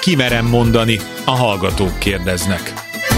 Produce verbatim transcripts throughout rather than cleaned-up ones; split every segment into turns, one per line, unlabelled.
Kimerem mondani, a hallgatók kérdeznek.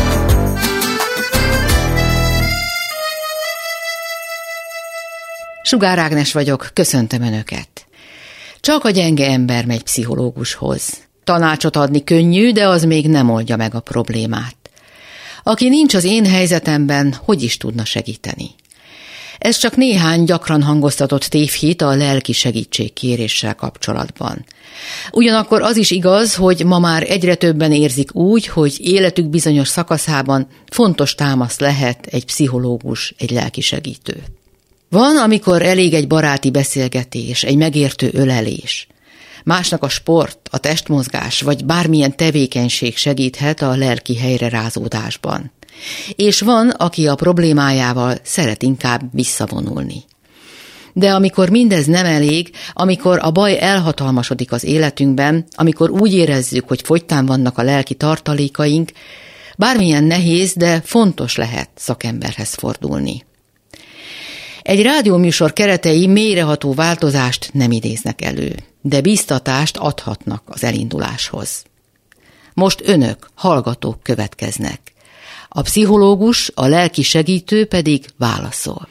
Sugár Ágnes vagyok, köszöntöm Önöket. Csak a gyenge ember megy pszichológushoz. Tanácsot adni könnyű, de az még nem oldja meg a problémát. Aki nincs az én helyzetemben, hogy is tudna segíteni? Ez csak néhány gyakran hangoztatott tévhit a lelki segítségkéréssel kapcsolatban. Ugyanakkor az is igaz, hogy ma már egyre többen érzik úgy, hogy életük bizonyos szakaszában fontos támasz lehet egy pszichológus, egy lelki segítő. Van, amikor elég egy baráti beszélgetés, egy megértő ölelés. Másnak a sport, a testmozgás vagy bármilyen tevékenység segíthet a lelki helyrerázódásban. És van, aki a problémájával szeret inkább visszavonulni. De amikor mindez nem elég, amikor a baj elhatalmasodik az életünkben, amikor úgy érezzük, hogy fogytán vannak a lelki tartalékaink, bármilyen nehéz, de fontos lehet szakemberhez fordulni. Egy rádióműsor keretei mélyreható változást nem idéznek elő, de bíztatást adhatnak az elinduláshoz. Most Önök, hallgatók következnek. A pszichológus, a lelki segítő pedig válaszol.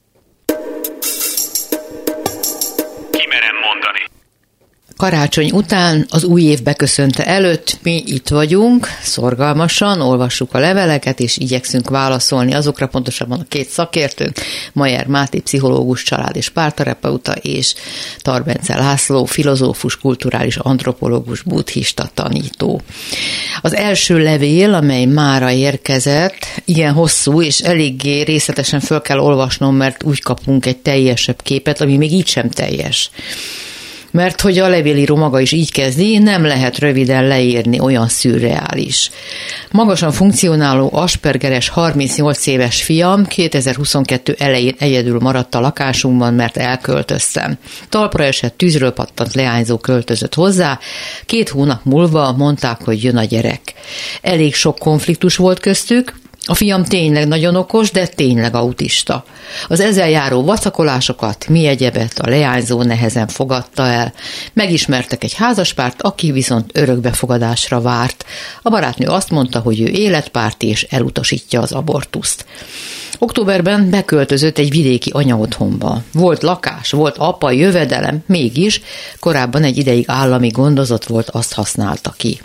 Kimerem mondani.
Karácsony után, az új év beköszönte előtt mi itt vagyunk, szorgalmasan olvassuk a leveleket, és igyekszünk válaszolni azokra, pontosabban a két szakértőnk, Mayer Máté pszichológus, család- és párterapeuta, és Tarbence László, filozófus, kulturális antropológus, buddhista tanító. Az első levél, amely mára érkezett, igen hosszú, és eléggé részletesen föl kell olvasnom, mert úgy kapunk egy teljesebb képet, ami még így sem teljes. Mert hogy a levélíró maga is így kezdi, nem lehet röviden leírni, olyan szürreális. Magasan funkcionáló aspergeres harmincnyolc éves fiam kétezer-huszonkettő elején egyedül maradt a lakásunkban, mert elköltöztem. Talpra esett, tűzről pattant leányzó költözött hozzá, két hónap múlva mondták, hogy jön a gyerek. Elég sok konfliktus volt köztük. A fiam tényleg nagyon okos, de tényleg autista. Az ezzel járó vacakolásokat, mi egyebet a leányzó nehezen fogadta el. Megismertek egy házaspárt, aki viszont örökbefogadásra várt. A barátnő azt mondta, hogy ő életpárti és elutasítja az abortuszt. Októberben beköltözött egy vidéki anyaotthonba. Volt lakás, volt apa, jövedelem, mégis korábban egy ideig állami gondozott volt, azt használta ki.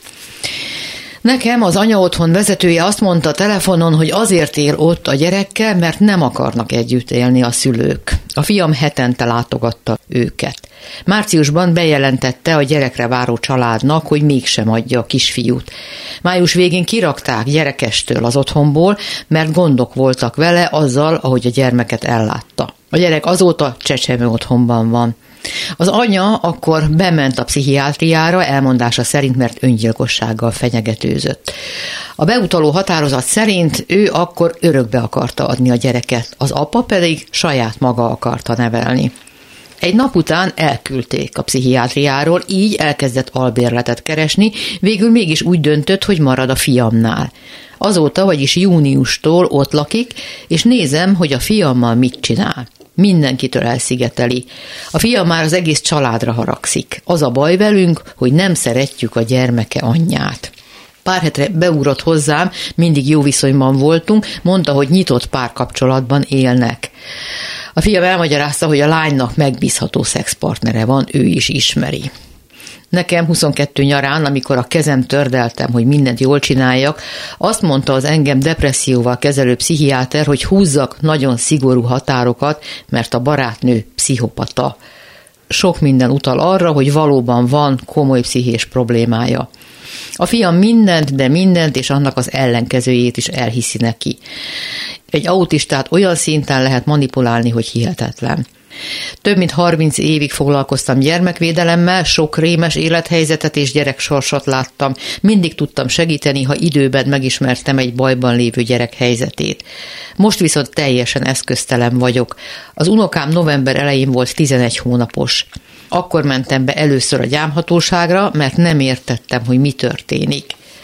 Nekem az anyaotthon vezetője azt mondta telefonon, hogy azért él ott a gyerekkel, mert nem akarnak együtt élni a szülők. A fiam hetente látogatta őket. Márciusban bejelentette a gyerekre váró családnak, hogy mégsem adja a kisfiút. Május végén kirakták gyerekestől az otthonból, mert gondok voltak vele azzal, ahogy a gyermeket ellátta. A gyerek azóta csecsemő otthonban van. Az anya akkor bement a pszichiátriára, elmondása szerint, mert öngyilkossággal fenyegetőzött. A beutaló határozat szerint ő akkor örökbe akarta adni a gyereket, az apa pedig saját maga akarta nevelni. Egy nap után elküldték a pszichiátriáról, így elkezdett albérletet keresni, végül mégis úgy döntött, hogy marad a fiamnál. Azóta, vagyis júniustól ott lakik, és nézem, hogy a fiammal mit csinál. Mindenkitől elszigeteli. A fiam már az egész családra haragszik. Az a baj velünk, hogy nem szeretjük a gyermeke anyját. Pár hetre beugrott hozzám, mindig jó viszonyban voltunk, mondta, hogy nyitott párkapcsolatban élnek. A fiam elmagyarázta, hogy a lánynak megbízható szexpartnere van, ő is ismeri. Nekem huszonkettő nyarán, amikor a kezem tördeltem, hogy mindent jól csináljak, azt mondta az engem depresszióval kezelő pszichiáter, hogy húzzak nagyon szigorú határokat, mert a barátnő pszichopata. Sok minden utal arra, hogy valóban van komoly pszichés problémája. A fiam mindent, de mindent, és annak az ellenkezőjét is elhiszi neki. Egy autistát olyan szinten lehet manipulálni, hogy hihetetlen. Több mint harminc évig foglalkoztam gyermekvédelemmel, sok rémes élethelyzetet és gyereksorsot láttam. Mindig tudtam segíteni, ha időben megismertem egy bajban lévő gyerek helyzetét. Most viszont teljesen eszköztelen vagyok. Az unokám november elején volt tizenegy hónapos. Akkor mentem be először a gyámhatóságra, mert nem értettem, hogy mi történik.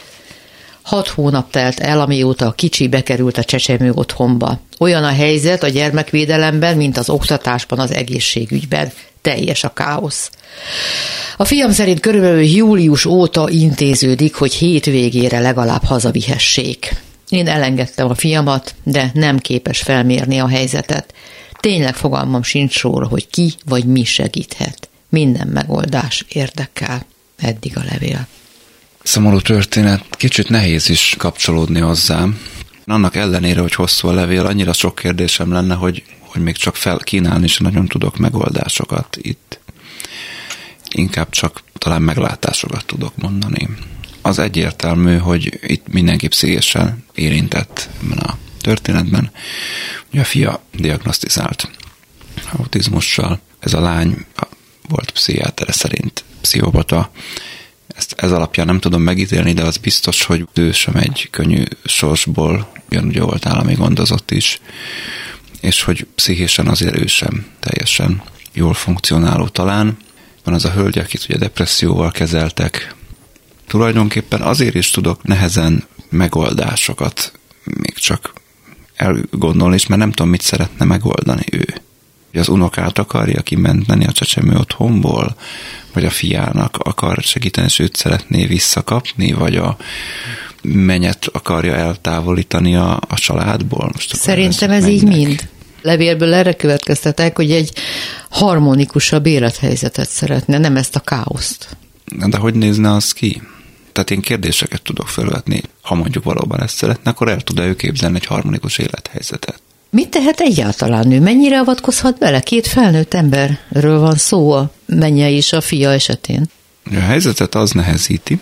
Hat hónap telt el, amióta a kicsi bekerült a csecsemő otthonba. Olyan a helyzet a gyermekvédelemben, mint az oktatásban, az egészségügyben. Teljes a káosz. A fiam szerint körülbelül július óta intéződik, hogy hétvégére legalább hazavihessék. Én elengedtem a fiamat, de nem képes felmérni a helyzetet. Tényleg fogalmam sincs róla, hogy ki vagy mi segíthet. Minden megoldás érdekel. Eddig a levél.
Szomorú történet, kicsit nehéz is kapcsolódni hozzá. Annak ellenére, hogy hosszú a levél, annyira sok kérdésem lenne, hogy, hogy még csak felkínálni is nagyon tudok megoldásokat itt. Inkább csak talán meglátásokat tudok mondani. Az egyértelmű, hogy itt mindenki pszichésen érintett ebben a történetben. Ugye a fia diagnosztizált autizmussal. Ez a lány volt pszichiátere szerint pszichopata. Ezt ez alapján nem tudom megítélni, de az biztos, hogy ő sem egy könnyű sorsból, ugyanúgy volt állami gondozott is, és hogy pszichésen azért ő sem teljesen jól funkcionáló talán. Van az a hölgy, akit ugye depresszióval kezeltek. Tulajdonképpen azért is tudok nehezen megoldásokat még csak elgondolni is, mert nem tudom, mit szeretne megoldani ő. Az unokát akarja kimenteni a csecsemő otthonból, vagy a fiának akar segíteni, és őt szeretné visszakapni, vagy a menyet akarja eltávolítani a, a családból. Most
szerintem ez így mind. Levélből erre következtetek, hogy egy harmonikusabb élethelyzetet szeretne, nem ezt a káoszt.
De hogy nézne az ki? Tehát én kérdéseket tudok felvetni. Ha mondjuk valóban ezt szeretne, akkor el tud-e ő képzelni egy harmonikus élethelyzetet?
Mit tehet egyáltalán ő? Mennyire avatkozhat bele? Két felnőtt emberről van szó, a menye és a fia esetén.
A helyzetet az nehezíti,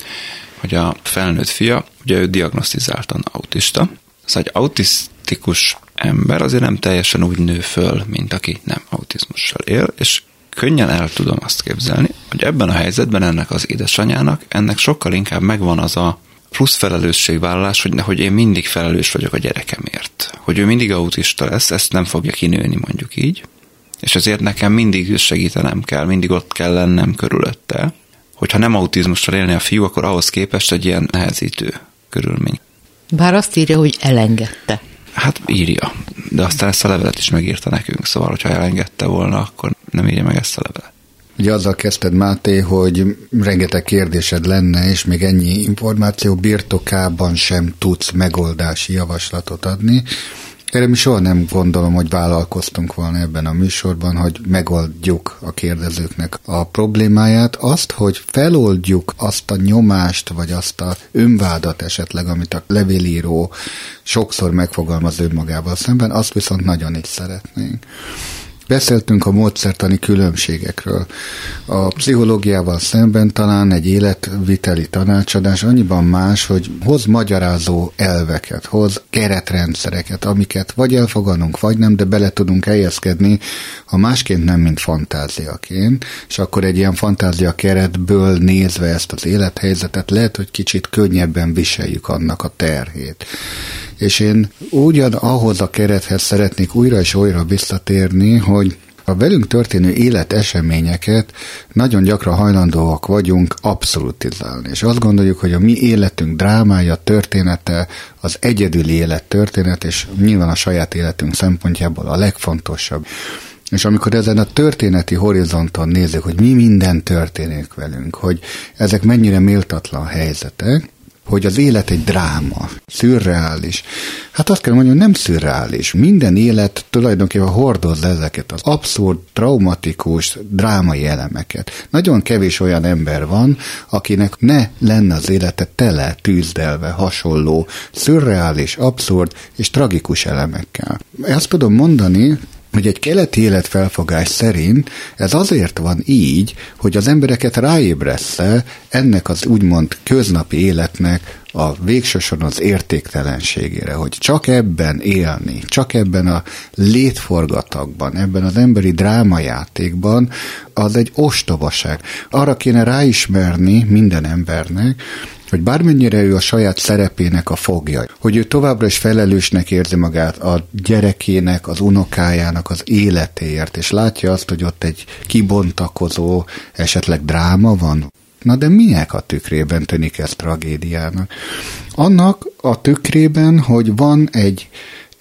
hogy a felnőtt fia, ugye ő diagnosztizáltan autista, az egy autisztikus ember azért nem teljesen úgy nő föl, mint aki nem autizmussal él, és könnyen el tudom azt képzelni, hogy ebben a helyzetben ennek az édesanyának ennek sokkal inkább megvan az a plusz felelősségvállalás, hogy, hogy én mindig felelős vagyok a gyerekemért. Hogy ő mindig autista lesz, ezt nem fogja kinőni, mondjuk így. És ezért nekem mindig segítenem kell, mindig ott kell lennem körülötte. Hogyha nem autizmussal élni a fiú, akkor ahhoz képest egy ilyen nehezítő körülmény.
Bár azt írja, hogy elengedte.
Hát írja, de aztán ezt a levelet is megírta nekünk, szóval, hogyha elengedte volna, akkor nem írja meg ezt a levelet.
Ugye azzal kezdted, Máté, hogy rengeteg kérdésed lenne, és még ennyi információ birtokában sem tudsz megoldási javaslatot adni. Erre mi soha nem gondolom, hogy vállalkoztunk volna ebben a műsorban, hogy megoldjuk a kérdezőknek a problémáját. Azt, hogy feloldjuk azt a nyomást, vagy azt a önvádat esetleg, amit a levélíró sokszor megfogalmaz önmagával szemben, azt viszont nagyon is szeretnénk. Beszéltünk a módszertani különbségekről. A pszichológiával szemben talán egy életviteli tanácsadás annyiban más, hogy hoz magyarázó elveket, hoz keretrendszereket, amiket vagy elfogadunk, vagy nem, de bele tudunk helyezkedni, ha másként nem, mint fantáziaként, és akkor egy ilyen fantázia keretből nézve ezt az élethelyzetet lehet, hogy kicsit könnyebben viseljük annak a terhét. És én ugyan ahhoz a kerethez szeretnék újra és újra visszatérni, hogy a velünk történő életeseményeket nagyon gyakran hajlandóak vagyunk abszolutizálni. És azt gondoljuk, hogy a mi életünk drámája, története az egyedüli élet történet, és nyilván a saját életünk szempontjából a legfontosabb. És amikor ezen a történeti horizonton nézzük, hogy mi minden történik velünk, hogy ezek mennyire méltatlan helyzetek, hogy az élet egy dráma, szürreális. Hát azt kell mondjam, nem szürreális. Minden élet tulajdonképpen hordozza ezeket az abszurd, traumatikus, drámai elemeket. Nagyon kevés olyan ember van, akinek ne lenne az élete tele, tűzdelve, hasonló, szürreális, abszurd és tragikus elemekkel. Ezt tudom mondani, hogy egy keleti életfelfogás szerint ez azért van így, hogy az embereket ráébressze ennek az úgymond köznapi életnek a végsősorban az értéktelenségére, hogy csak ebben élni, csak ebben a létforgatagban, ebben az emberi drámajátékban, az egy ostobaság. Arra kéne ráismerni minden embernek, hogy bármennyire ő a saját szerepének a fogja, hogy ő továbbra is felelősnek érzi magát a gyerekének, az unokájának az életéért, és látja azt, hogy ott egy kibontakozó, esetleg dráma van. Na de minek a tükrében tűnik ez tragédiának? Annak a tükrében, hogy van egy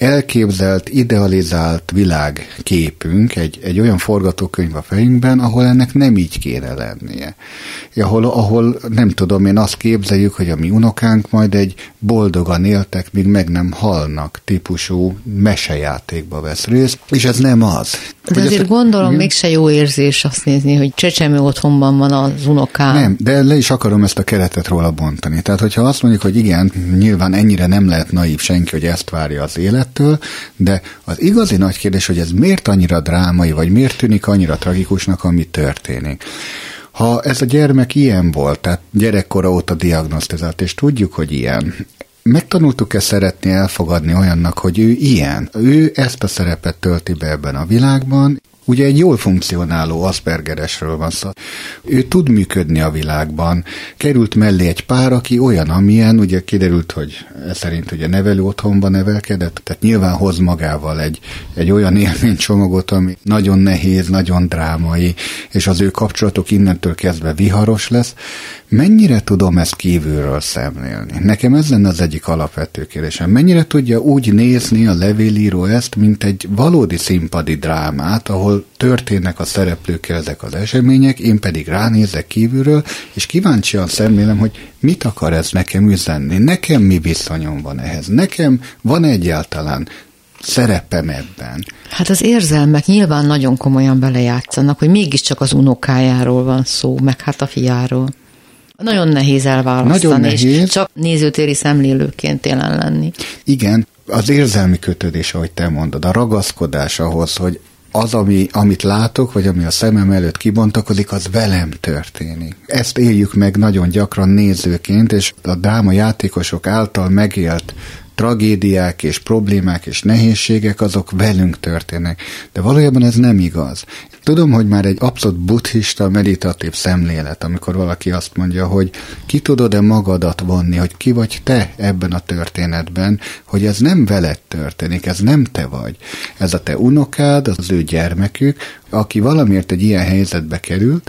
elképzelt, idealizált világképünk, egy, egy olyan forgatókönyv a fejünkben, ahol ennek nem így kéne lennie. Ahol, ahol nem tudom, én azt képzeljük, hogy a mi unokánk majd egy boldogan éltek, míg meg nem halnak típusú mesejátékba vesz részt, és ez nem az.
De azért ezt, gondolom, igen? Mégse jó érzés azt nézni, hogy csecsemő otthonban van az unokám.
Nem, de le is akarom ezt a keretet róla bontani. Tehát, hogyha azt mondjuk, hogy igen, nyilván ennyire nem lehet naív senki, hogy ezt várja az élettől, de az igazi nagy kérdés, hogy ez miért annyira drámai, vagy miért tűnik annyira tragikusnak, ami történik. Ha ez a gyermek ilyen volt, tehát gyerekkora óta diagnosztizált, és tudjuk, hogy ilyen, megtanultuk-e szeretni, elfogadni olyannak, hogy ő ilyen, ő ezt a szerepet tölti be ebben a világban. Ugye egy jól funkcionáló Aspergeresről van szó. Ő tud működni a világban. Került mellé egy pár, aki olyan, amilyen, ugye kiderült, hogy ez szerint ugye nevelő otthonban nevelkedett, tehát nyilván hoz magával egy, egy olyan élménycsomagot, ami nagyon nehéz, nagyon drámai, és az ő kapcsolatok innentől kezdve viharos lesz. Mennyire tudom ezt kívülről szemlélni? Nekem ez lenne az egyik alapvető kérdésem. Mennyire tudja úgy nézni a levélíró ezt, mint egy valódi színpadi drámát, ahol történnek a szereplőkkel ezek az események, én pedig ránézek kívülről, és kíváncsian szemlélem, hogy mit akar ez nekem üzenni, nekem mi viszonyom van ehhez, nekem van egyáltalán szerepem ebben.
Hát az érzelmek nyilván nagyon komolyan belejátszanak, hogy mégiscsak az unokájáról van szó, meg hát a fiáról. Nagyon nehéz elválasztani, Nagyon nehéz. És csak nézőtéri szemlélőként jelen lenni.
Igen, az érzelmi kötődés, ahogy te mondod, a ragaszkodás ahhoz, hogy az, ami, amit látok, vagy ami a szemem előtt kibontakozik, az velem történik. Ezt éljük meg nagyon gyakran nézőként, és a drámajátékosok által megélt tragédiák és problémák és nehézségek, azok velünk történnek. De valójában ez nem igaz. Tudom, hogy már egy abszolút buddhista, meditatív szemlélet, amikor valaki azt mondja, hogy ki tudod-e magadat vonni, hogy ki vagy te ebben a történetben, hogy ez nem veled történik, ez nem te vagy. Ez a te unokád, az ő gyermekük, aki valamiért egy ilyen helyzetbe került.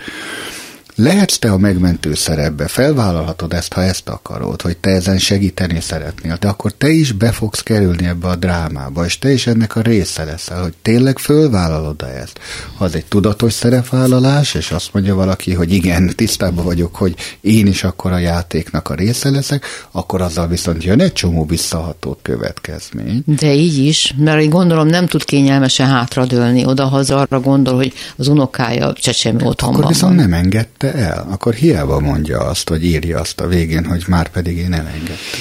Lehetsz te a megmentő szerepbe, felvállalhatod ezt, ha ezt akarod, hogy te ezen segíteni szeretnél, de akkor te is be fogsz kerülni ebbe a drámába, és te is ennek a része leszel, hogy tényleg fölvállalod-e ezt. Ha az egy tudatos szerepvállalás, és azt mondja valaki, hogy igen, tisztában vagyok, hogy én is akkor a játéknak a része leszek, akkor azzal viszont jön egy csomó visszaható következmény.
De így is, mert így gondolom nem tud kényelmesen hátradőlni, odahaza arra gondol, hogy az unokája csecsemő otthonban
akkor viszont
van.
Nem engedte el, akkor hiába mondja azt, vagy írja azt a végén, hogy már pedig én elengedtem.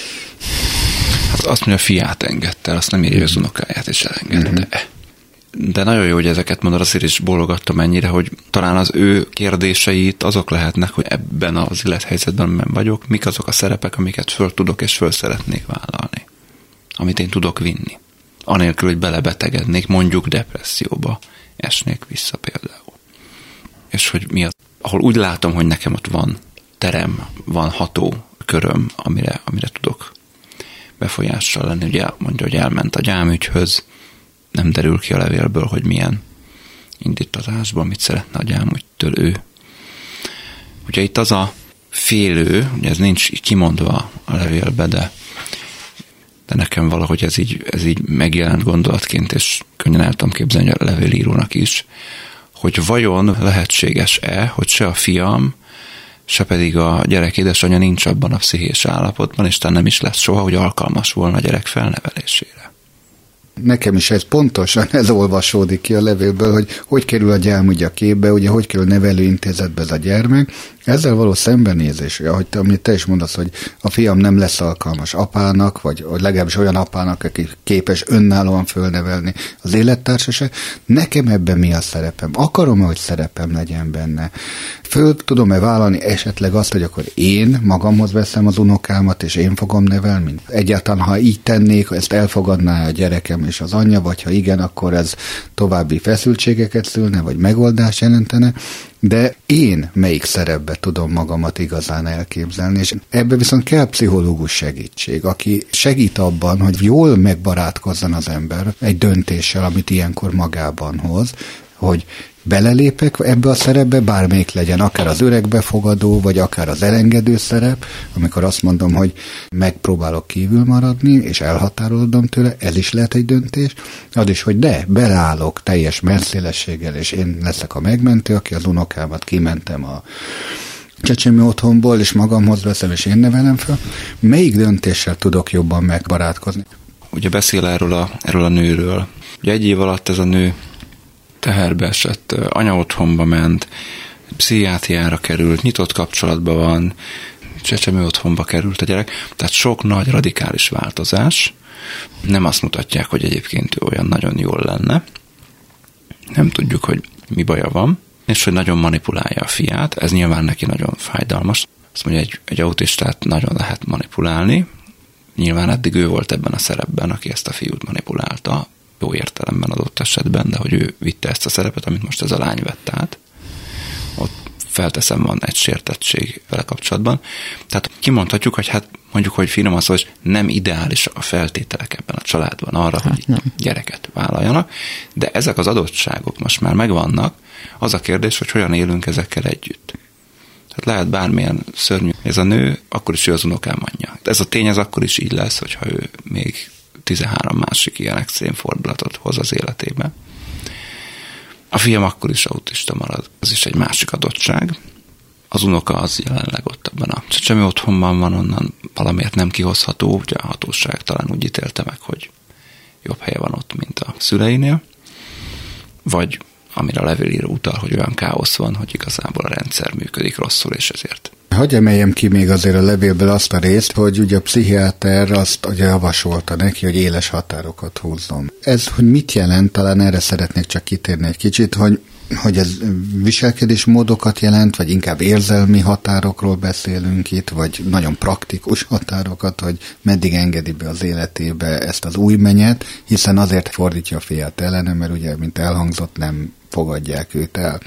Hát azt mondja, a fiát engedte el, azt nem írja, az unokáját is elengedte. Uh-huh. De nagyon jó, hogy ezeket mondod, azért is bólogattam ennyire, hogy talán az ő kérdéseit azok lehetnek, hogy ebben az élethelyzetben, amiben vagyok, mik azok a szerepek, amiket föl tudok és föl szeretnék vállalni. Amit én tudok vinni. Anélkül, hogy belebetegednék, mondjuk depresszióba esnék vissza például. És hogy mi az, ahol úgy látom, hogy nekem ott van terem, van ható köröm, amire, amire tudok befolyással lenni. Ugye mondja, hogy elment a gyámügyhöz, nem derül ki a levélből, hogy milyen indítatásban mit szeretne a gyámügytől ő. Ugye itt az a félő, ugye ez nincs kimondva a levélbe, de, de nekem valahogy ez így, ez így megjelent gondolatként, és könnyen el tudom képzelni a levélírónak is, hogy vajon lehetséges-e, hogy se a fiam, se pedig a gyerek édesanyja nincs abban a pszichés állapotban, és talán nem is lesz soha, hogy alkalmas volna a gyerek felnevelésére.
Nekem is ez pontosan ez olvasódik ki a levélből, hogy hogy kerül a gyámügy a képbe, ugye hogy kerül a nevelőintézetbe ez a gyermek. Ezzel való szembenézés, ahogy te, amit te is mondasz, hogy a fiam nem lesz alkalmas apának, vagy, vagy legalábbis olyan apának, aki képes önállóan fölnevelni az élettársaság. Nekem ebben mi a szerepem? Akarom-e, hogy szerepem legyen benne? Föl tudom-e vállalni esetleg azt, hogy akkor én magamhoz veszem az unokámat, és én fogom nevelni? Egyáltalán, ha így tennék, ezt elfogadná a gyerekem és az anyja, vagy ha igen, akkor ez további feszültségeket szülne, vagy megoldást jelentene. De én melyik szerepbe tudom magamat igazán elképzelni, és ebbe viszont kell pszichológus segítség, aki segít abban, hogy jól megbarátkozzon az ember egy döntéssel, amit ilyenkor magában hoz, hogy belelépek ebbe a szerepbe, bármelyik legyen, akár az öregbefogadó, vagy akár az elengedő szerep, amikor azt mondom, hogy megpróbálok kívül maradni, és elhatárolodom tőle, ez is lehet egy döntés. Az is, hogy de, beleállok teljes merszélességgel, és én leszek a megmentő, aki az unokámat kimentem a csecsemő otthonból, és magamhoz veszem, és én nevelem fel. Melyik döntéssel tudok jobban megbarátkozni?
Ugye beszél erről a, erről a nőről. Ugye egy év alatt ez a nő teherbe esett, anyaotthonba ment, pszichiátriára került, nyitott kapcsolatban van, csecsemő otthonba került a gyerek, tehát sok nagy radikális változás. Nem azt mutatják, hogy egyébként ő olyan nagyon jól lenne. Nem tudjuk, hogy mi baja van, és hogy nagyon manipulálja a fiát, ez nyilván neki nagyon fájdalmas. Azt mondja, egy, egy autistát nagyon lehet manipulálni, nyilván eddig ő volt ebben a szerepben, aki ezt a fiút manipulálta, jó értelemben adott esetben, de hogy ő vitte ezt a szerepet, amit most ez a lány vett át. Ott felteszem, van egy sértettség vele kapcsolatban. Tehát kimondhatjuk, hogy hát mondjuk, hogy finoman szó, hogy nem ideális a feltételek ebben a családban arra, hát hogy nem. gyereket vállaljanak, de ezek az adottságok most már megvannak. Az a kérdés, hogy hogyan élünk ezekkel együtt. Tehát lehet bármilyen szörnyű ez a nő, akkor is ő az unokám anyja. Ez a tény ez akkor is így lesz, hogyha ő még tizenhárom másik ilyen extrém fordulatot hoz az életébe. A fiam akkor is autista marad. Ez is egy másik adottság. Az unoka az jelenleg ott abban a csecsemő otthonban van, onnan valamiért nem kihozható, ugye a hatóság talán úgy ítélte meg, hogy jobb helye van ott, mint a szüleinél. Vagy amire a levélíró utal, hogy olyan káosz van, hogy igazából a rendszer működik rosszul, és ezért.
Hadd emeljem ki még azért a levélből azt a részt, hogy ugye a pszichiáter azt ugye javasolta neki, hogy éles határokat húzzon. Ez, hogy mit jelent, talán erre szeretnék csak kitérni egy kicsit, hogy hogy ez viselkedésmódokat jelent, vagy inkább érzelmi határokról beszélünk itt, vagy nagyon praktikus határokat, hogy meddig engedi be az életébe ezt az új menyet, hiszen azért fordítja a fiát ellene, mert ugye, mint elhangzott, nem fogadják őt el.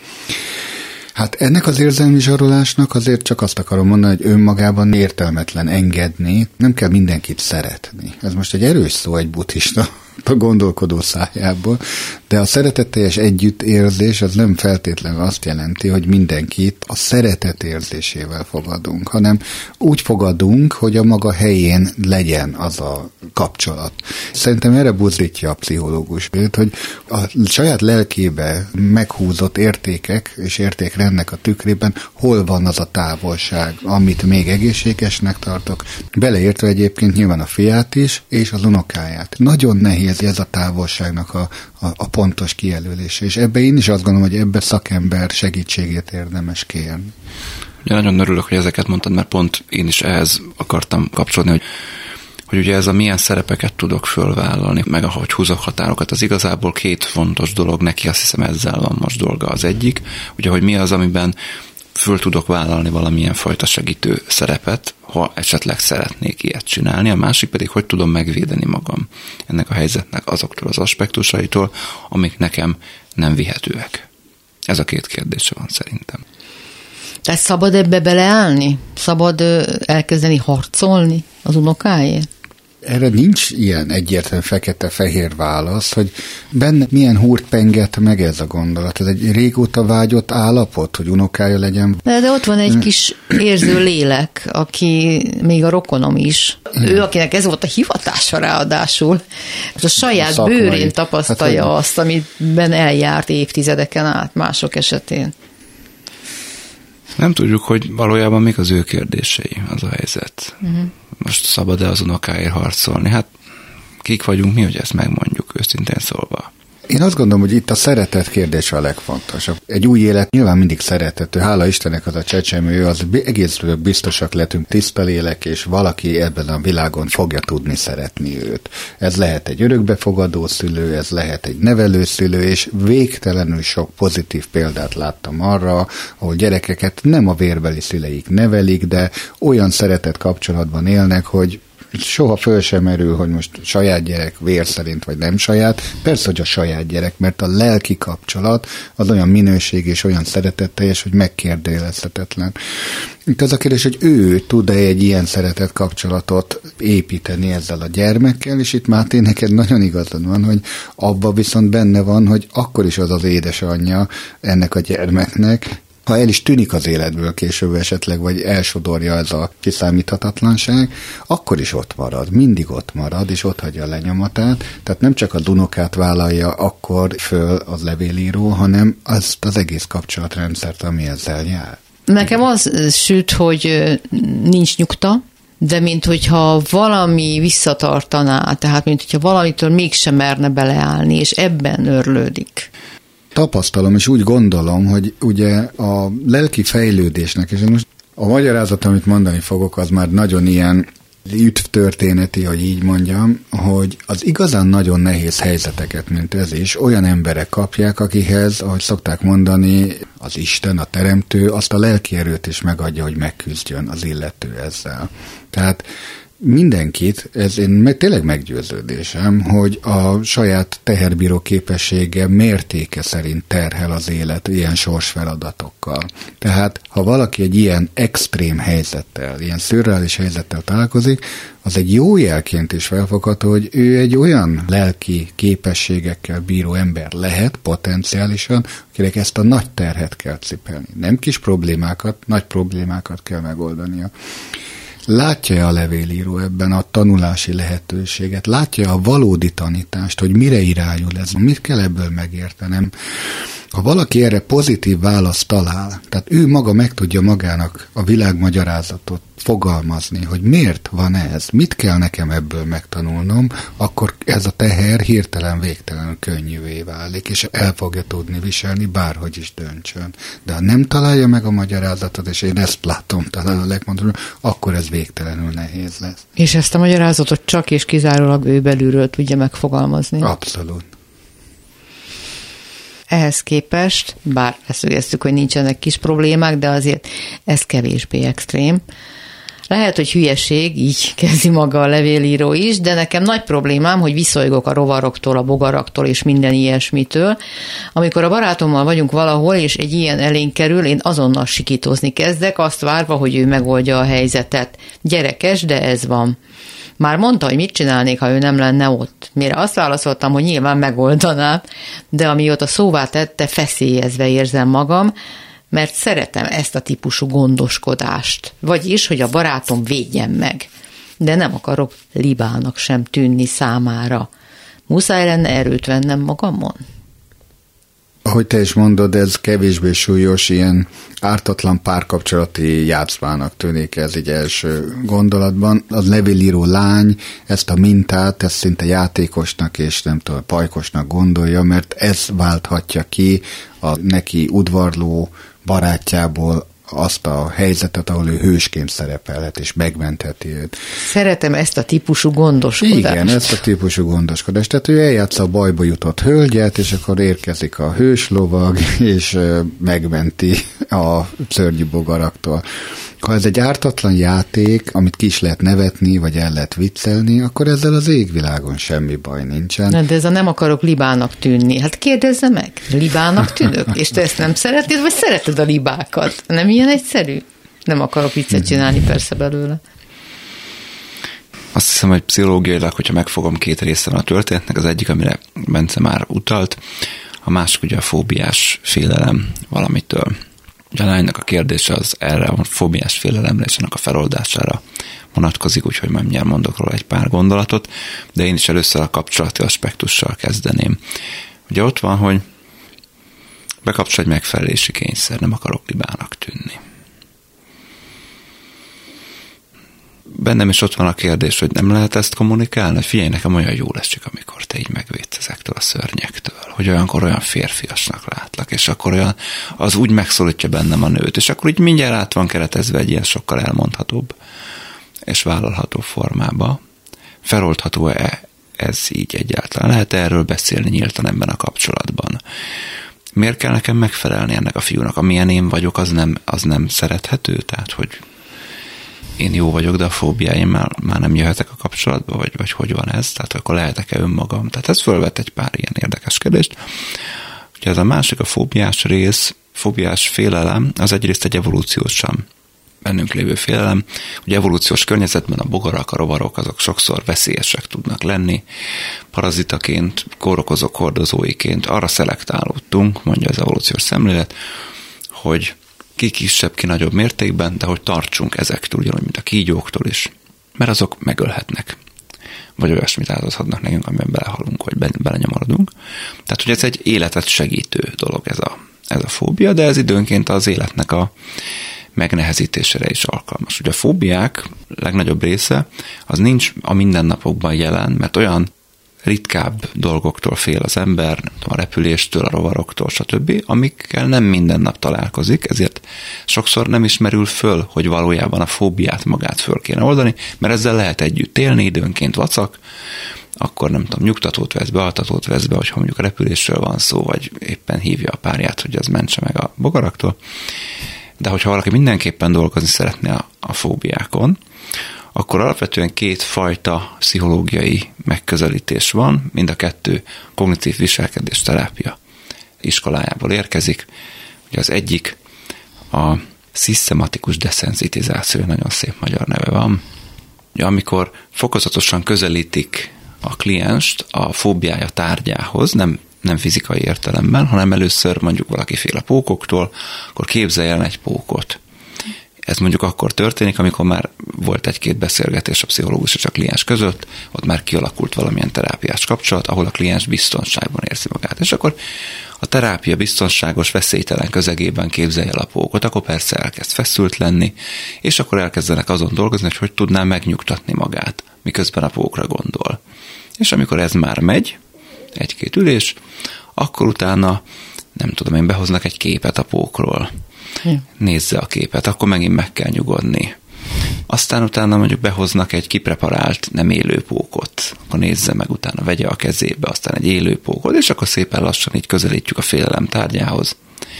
Hát ennek az érzelmi zsarolásnak azért csak azt akarom mondani, hogy önmagában értelmetlen engedni, nem kell mindenkit szeretni. Ez most egy erős szó egy buddhista a gondolkodó szájából, de a szeretetteljes együttérzés az nem feltétlenül azt jelenti, hogy mindenkit a szeretet érzésével fogadunk, hanem úgy fogadunk, hogy a maga helyén legyen az a kapcsolat. Szerintem erre buzdítja a pszichológus, hogy a saját lelkébe meghúzott értékek és értékrendnek a tükrében hol van az a távolság, amit még egészségesnek tartok, beleértve egyébként nyilván a fiát is, és az unokáját. Nagyon nehéz ez a távolságnak a, a, a pontos kijelölése, és ebbe én is azt gondolom, hogy ebbe szakember segítségét érdemes kérni.
Ja, nagyon örülök, hogy ezeket mondtad, mert pont én is ehhez akartam kapcsolni, hogy, hogy ugye ez a milyen szerepeket tudok fölvállalni, meg ahogy húzok határokat, az igazából két fontos dolog, neki azt hiszem ezzel van most dolga az egyik, ugye, hogy mi az, amiben föl tudok vállalni valamilyen fajta segítő szerepet, ha esetleg szeretnék ilyet csinálni, a másik pedig, hogy tudom megvédeni magam ennek a helyzetnek azoktól az aspektusaitól, amik nekem nem vihetőek. Ez a két kérdése van szerintem.
Tehát szabad ebbe beleállni? Szabad elkezdeni harcolni az unokáért?
Erre nincs ilyen egyértelmű fekete-fehér válasz, hogy benne milyen húrt penget meg ez a gondolat. Ez egy régóta vágyott állapot, hogy unokája legyen.
De, de ott van egy kis érző lélek, aki még a rokonom is. Igen. Ő, akinek ez volt a hivatása ráadásul. A saját a bőrén tapasztalja hát, azt, amiben eljárt évtizedeken át mások esetén.
Nem tudjuk, hogy valójában mik az ő kérdései, az a helyzet. Uh-huh. Most szabad-e az unokáért harcolni? Hát kik vagyunk mi, hogy ezt megmondjuk, őszintén szólva.
Én azt gondolom, hogy itt a szeretet kérdése a legfontosabb. Egy új élet nyilván mindig szeretető. Hála Istennek az a csecsemő, az egészről biztosak lehetünk, tiszta lélek, és valaki ebben a világon fogja tudni szeretni őt. Ez lehet egy örökbefogadó szülő, ez lehet egy nevelőszülő, és végtelenül sok pozitív példát láttam arra, ahol gyerekeket nem a vérbeli szüleik nevelik, de olyan szeretet kapcsolatban élnek, hogy soha föl sem merül, hogy most saját gyerek vér szerint, vagy nem saját. Persze, hogy a saját gyerek, mert a lelki kapcsolat az olyan minőség és olyan szeretetteljes, hogy megkérdőjelezhetetlen. Itt az a kérdés, hogy ő tud-e egy ilyen szeretet kapcsolatot építeni ezzel a gyermekkel, és itt Máté, neked nagyon igazad van, hogy abba viszont benne van, hogy akkor is az az édesanyja ennek a gyermeknek, ha el is tűnik az életből később esetleg, vagy elsodorja ez a kiszámíthatatlanság, akkor is ott marad, mindig ott marad, és ott hagyja a lenyomatát. Tehát nem csak az unokát vállalja akkor föl az levélíró, hanem azt az egész kapcsolatrendszert, ami ezzel jár.
Nekem az süt, hogy nincs nyugta, de mint hogyha valami visszatartaná, tehát mint hogyha valamitől mégsem merne beleállni, és ebben örlődik.
Tapasztalom, és úgy gondolom, hogy ugye a lelki fejlődésnek, és most a magyarázat, amit mondani fogok, az már nagyon ilyen üdvtörténeti, hogy így mondjam, hogy az igazán nagyon nehéz helyzeteket, mint ez is, olyan emberek kapják, akihez, ahogy szokták mondani, az Isten, a Teremtő, azt a lelki erőt is megadja, hogy megküzdjön az illető ezzel. Tehát mindenkit, ez én meg, tényleg meggyőződésem, hogy a saját teherbíró képessége mértéke szerint terhel az élet ilyen sorsfeladatokkal. Tehát, ha valaki egy ilyen extrém helyzettel, ilyen szürreális helyzettel találkozik, az egy jó jelként is felfogható, hogy ő egy olyan lelki képességekkel bíró ember lehet potenciálisan, akinek ezt a nagy terhet kell cipelni. Nem kis problémákat, nagy problémákat kell megoldania. Látja a levélíró ebben a tanulási lehetőséget? Látja a valódi tanítást, hogy mire irányul ez? Mit kell ebből megértenem? Ha valaki erre pozitív választ talál, tehát ő maga meg tudja magának a világmagyarázatot fogalmazni, hogy miért van ez, mit kell nekem ebből megtanulnom, akkor ez a teher hirtelen végtelenül könnyűvé válik, és el fogja tudni viselni, bárhogy is döntsön. De ha nem találja meg a magyarázatot, és én ezt látom talán a legfontosabb, akkor ez végtelenül nehéz lesz.
És ezt a magyarázatot csak és kizárólag ő belülről tudja megfogalmazni?
Abszolút.
Ehhez képest, bár leszögeztük, hogy nincsenek kis problémák, de azért ez kevésbé extrém. Lehet, hogy hülyeség, így kezdi maga a levélíró is, de nekem nagy problémám, hogy viszolygok a rovaroktól, a bogaraktól és minden ilyesmitől. Amikor a barátommal vagyunk valahol, és egy ilyen elénk kerül, én azonnal sikítozni kezdek, azt várva, hogy ő megoldja a helyzetet. Gyerekes, de ez van. Már mondta, hogy mit csinálnék, ha ő nem lenne ott. Mire azt válaszoltam, hogy nyilván megoldaná, de amióta szóvá tette, feszélyezve érzem magam, mert szeretem ezt a típusú gondoskodást. Vagyis, hogy a barátom védjen meg. De nem akarok libának sem tűnni számára. Muszáj lenne erőt vennem magamon?
Ahogy te is mondod, ez kevésbé súlyos, ilyen ártatlan párkapcsolati játszmának tűnik ez így első gondolatban. Az levélíró lány ezt a mintát, ezt szinte játékosnak és nem tudom, pajkosnak gondolja, mert ez válthatja ki a neki udvarló barátjából azt a helyzetet, ahol ő hősként szerepelhet, és megmentheti őt.
Szeretem ezt a típusú gondoskodást.
Igen, ezt a típusú gondoskodást. Tehát ő eljátsza a bajba jutott hölgyet, és akkor érkezik a hőslovag, és megmenti a szörnyű bogaraktól. Ha ez egy ártatlan játék, amit ki is lehet nevetni, vagy el lehet viccelni, akkor ezzel az égvilágon semmi baj nincsen.
Na, de ez a nem akarok libának tűnni. Hát kérdezze meg, libának tűnök? És te ezt nem szeretnéd, vagy szereted a libákat? Nem ilyen egyszerű? Nem akarok viccet csinálni persze belőle.
Azt hiszem, hogy pszichológiailag, hogyha megfogom, két része van a történetnek, az egyik, amire Bence már utalt, a másik ugye a fóbiás félelem valamitől. Ugye a lánynak a kérdése az erre a fóbiás félelemre és annak a feloldására vonatkozik, úgyhogy majd mindjárt mondok róla egy pár gondolatot, de én is először a kapcsolati aspektussal kezdeném. Ugye ott van, hogy bekapcsol egy megfelelési kényszer, nem akarok libának tűnni. Bennem is ott van a kérdés, hogy nem lehet ezt kommunikálni, hogy figyelj, nekem olyan jól esik, amikor te így megvédsz ezektől a szörnyektől, hogy olyankor olyan férfiasnak látlak, és akkor olyan, az úgy megszólítja bennem a nőt, és akkor így mindjárt át van keretezve egy ilyen sokkal elmondhatóbb és vállalható formába. Feloldható-e ez így egyáltalán? Lehet erről beszélni nyíltan ebben a kapcsolatban? Miért kell nekem megfelelni ennek a fiúnak? Amilyen én vagyok, az nem, az nem szerethető? Tehát, hogy én jó vagyok, de a fóbiáim már, már nem jöhetek a kapcsolatba, vagy, vagy hogy van ez? Tehát akkor lehetek-e önmagam? Tehát ez fölvett egy pár ilyen érdekes kérdést. Ugye ez a másik, a fóbiás rész, fóbiás félelem, az egyrészt egy evolúciósan bennünk lévő félelem. Ugye evolúciós környezetben a bogarak, a rovarok azok sokszor veszélyesek tudnak lenni. Parazitaként, kórokozók hordozóiként arra szelektálódtunk, mondja az evolúciós szemlélet, hogy ki kisebb, ki nagyobb mértékben, de hogy tartsunk ezektől, ugyanúgy, mint a kígyóktól is, mert azok megölhetnek. Vagy olyasmit áldozhatnak nekünk, amiben belehalunk, vagy belenyomorodunk. Tehát, hogy ez egy életet segítő dolog ez a, ez a fóbia, de ez időnként az életnek a megnehezítésére is alkalmas. Ugye a fóbiák legnagyobb része az nincs a mindennapokban jelen, mert olyan ritkább dolgoktól fél az ember, nem tudom, a repüléstől, a rovaroktól, stb., amikkel nem minden nap találkozik, ezért sokszor nem is merül föl, hogy valójában a fóbiát magát föl kéne oldani, mert ezzel lehet együtt élni, időnként vacak, akkor nem tudom, nyugtatót vesz be, altatót vesz be, hogyha mondjuk a repülésről van szó, vagy éppen hívja a párját, hogy az mentse meg a bogaraktól. De hogyha valaki mindenképpen dolgozni szeretné a, a fóbiákon, akkor alapvetően két fajta pszichológiai megközelítés van, mind a kettő kognitív viselkedés terápia iskolájából érkezik. Ugye az egyik a szisztematikus deszenzitizáció, nagyon szép magyar neve van. Ugye amikor fokozatosan közelítik a klienst a fóbiája tárgyához, nem, nem fizikai értelemben, hanem először mondjuk valaki fél a pókoktól, akkor képzeljen egy pókot. Ez mondjuk akkor történik, amikor már volt egy-két beszélgetés a pszichológus és a kliens között, ott már kialakult valamilyen terápiás kapcsolat, ahol a kliens biztonságban érzi magát. És akkor a terápia biztonságos, veszélytelen közegében képzelje el a pókot, akkor persze elkezd feszült lenni, és akkor elkezdenek azon dolgozni, hogy hogy tudná megnyugtatni magát, miközben a pókra gondol. És amikor ez már megy, egy-két ülés, akkor utána, nem tudom én, behoznak egy képet a pókról. Nézze a képet, akkor megint meg kell nyugodni. Aztán utána mondjuk behoznak egy kipreparált, nem élő pókot, akkor nézze meg, utána vegye a kezébe, aztán egy élő pókot, és akkor szépen lassan így közelítjük a félelem tárgyához.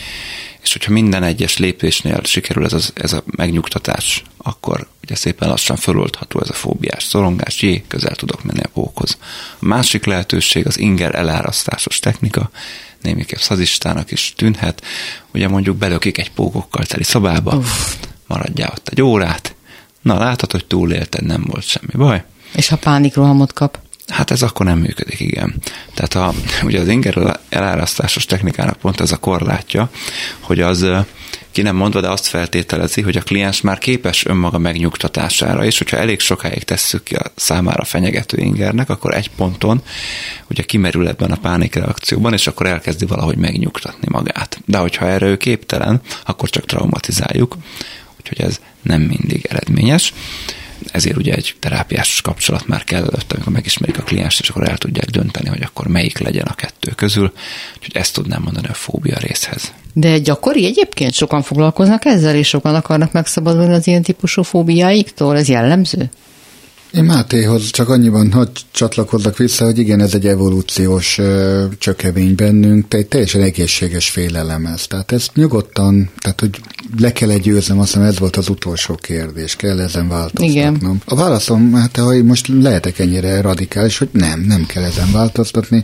És hogyha minden egyes lépésnél sikerül ez, az, ez a megnyugtatás, akkor ugye szépen lassan föloldható ez a fóbiás szorongás, jé, közel tudok menni a pókhoz. A másik lehetőség az inger elárasztásos technika, némiképp szazistának is tűnhet, ugye mondjuk belökik egy pókokkal teli szobába, Uff. maradjál ott egy órát, na látod, hogy túlélted, nem volt semmi baj.
És ha pánikrohamot kap?
Hát ez akkor nem működik, igen. Tehát a, ugye az inger elárasztásos technikának pont ez a korlátja, hogy az ki nem mondva, de azt feltételezi, hogy a kliens már képes önmaga megnyugtatására, és hogyha elég sokáig tesszük ki a számára fenyegető ingernek, akkor egy ponton ugye kimerül ebben a pánikreakcióban, és akkor elkezdi valahogy megnyugtatni magát. De hogyha erre ő képtelen, akkor csak traumatizáljuk, úgyhogy ez nem mindig eredményes. Ezért ugye egy terápiás kapcsolat már kell előtt, amikor megismerik a klienst, és akkor el tudják dönteni, hogy akkor melyik legyen a kettő közül. Úgyhogy ezt tudnám mondani a fóbia részhez.
De gyakori egyébként sokan foglalkoznak ezzel, és sokan akarnak megszabadulni az ilyen típusú fóbiáiktól? Ez jellemző?
Én Mátéhoz csak annyiban, hogy csatlakozzak vissza, hogy igen, ez egy evolúciós ö, csökevény bennünk, egy teljesen egészséges félelem ez. Tehát ezt nyugodtan, tehát hogy le kell győznem, azt hiszem ez volt az utolsó kérdés, kell ezen változtatnom. Igen. A válaszom, hát ha most lehetek ennyire radikális, hogy nem, nem kell ezen változtatni.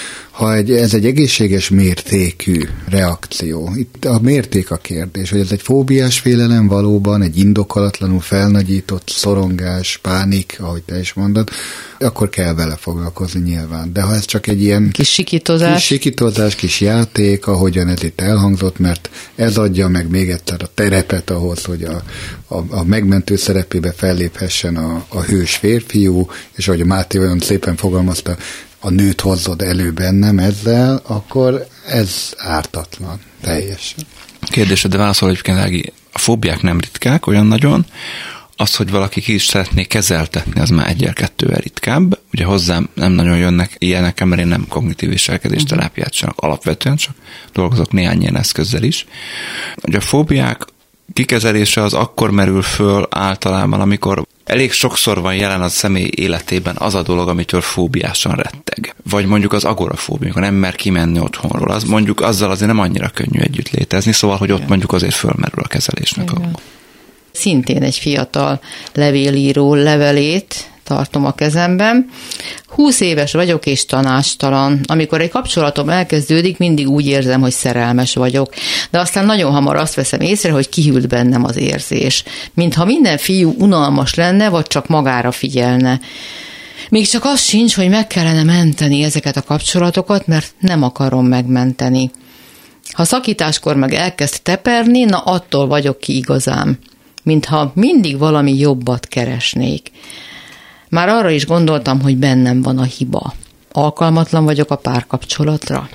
Ha egy, ez egy egészséges mértékű reakció, itt a mérték a kérdés, hogy ez egy fóbiás félelem valóban, egy indokolatlanul felnagyított szorongás, pánik, ahogy te is mondod, akkor kell vele foglalkozni nyilván. De ha ez csak egy ilyen
kis sikítozás,
kis, sikítozás, kis játék, ahogyan ez itt elhangzott, mert ez adja meg még egyszer a terepet ahhoz, hogy a, a, a megmentő szerepébe felléphessen a, a hős férfiú, és ahogy a Máté olyan szépen fogalmazta, a nőt hozzod elő bennem ezzel, akkor ez ártatlan, teljesen.
Kérdésedre válaszol, hogy a fóbiák nem ritkák olyan nagyon, az, hogy valaki ki is szeretné kezeltetni, az már egyel-kettővel ritkább. Ugye hozzám nem nagyon jönnek ilyenek, mert én nem kognitív viselkedés terápiát csinálok alapvetően, csak dolgozok néhány ilyen eszközzel is. Ugye a fóbiák kikezelése az akkor merül föl általában, amikor elég sokszor van jelen a személy életében az a dolog, amitől fóbiásan retteg. Vagy mondjuk az agorafóbia, amikor nem mer kimenni otthonról. Az mondjuk azzal azért nem annyira könnyű együtt létezni, szóval, hogy ott mondjuk azért fölmerül a kezelésnek. A...
Szintén egy fiatal levélíró levelét tartom a kezemben. Húsz éves vagyok és tanácstalan. Amikor egy kapcsolatom elkezdődik, mindig úgy érzem, hogy szerelmes vagyok. De aztán nagyon hamar azt veszem észre, hogy kihűlt bennem az érzés. Mintha minden fiú unalmas lenne, vagy csak magára figyelne. Még csak az sincs, hogy meg kellene menteni ezeket a kapcsolatokat, mert nem akarom megmenteni. Ha szakításkor meg elkezd teperni, na attól vagyok ki igazán. Mintha mindig valami jobbat keresnék. Már arra is gondoltam, hogy bennem van a hiba. Alkalmatlan vagyok a párkapcsolatra.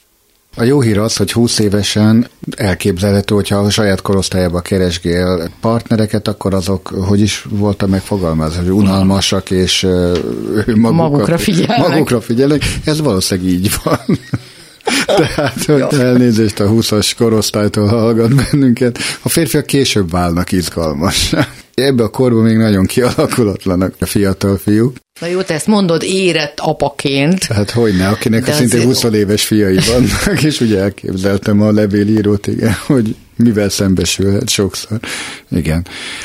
A jó hír az, hogy húsz évesen elképzelhető, hogyha a saját korosztályába keresgél partnereket, akkor azok, hogy is volt a megfogalmazás, hogy unalmasak, és ő magukat,
magukra figyelnek.
Magukra figyelnek. Ez valószínűleg így van. Tehát, hogy elnézést a húszas korosztálytól hallgat bennünket. A férfiak később válnak izgalmassá. Ebben a korban még nagyon kialakulatlanak a fiatal fiúk.
Na jó, te ezt mondod érett apaként.
Hát hogyne, akinek
de
a szintén húsz éves fiai vannak, és ugye elképzeltem a levélírót, igen, hogy mivel szembesülhet sokszor. Igen.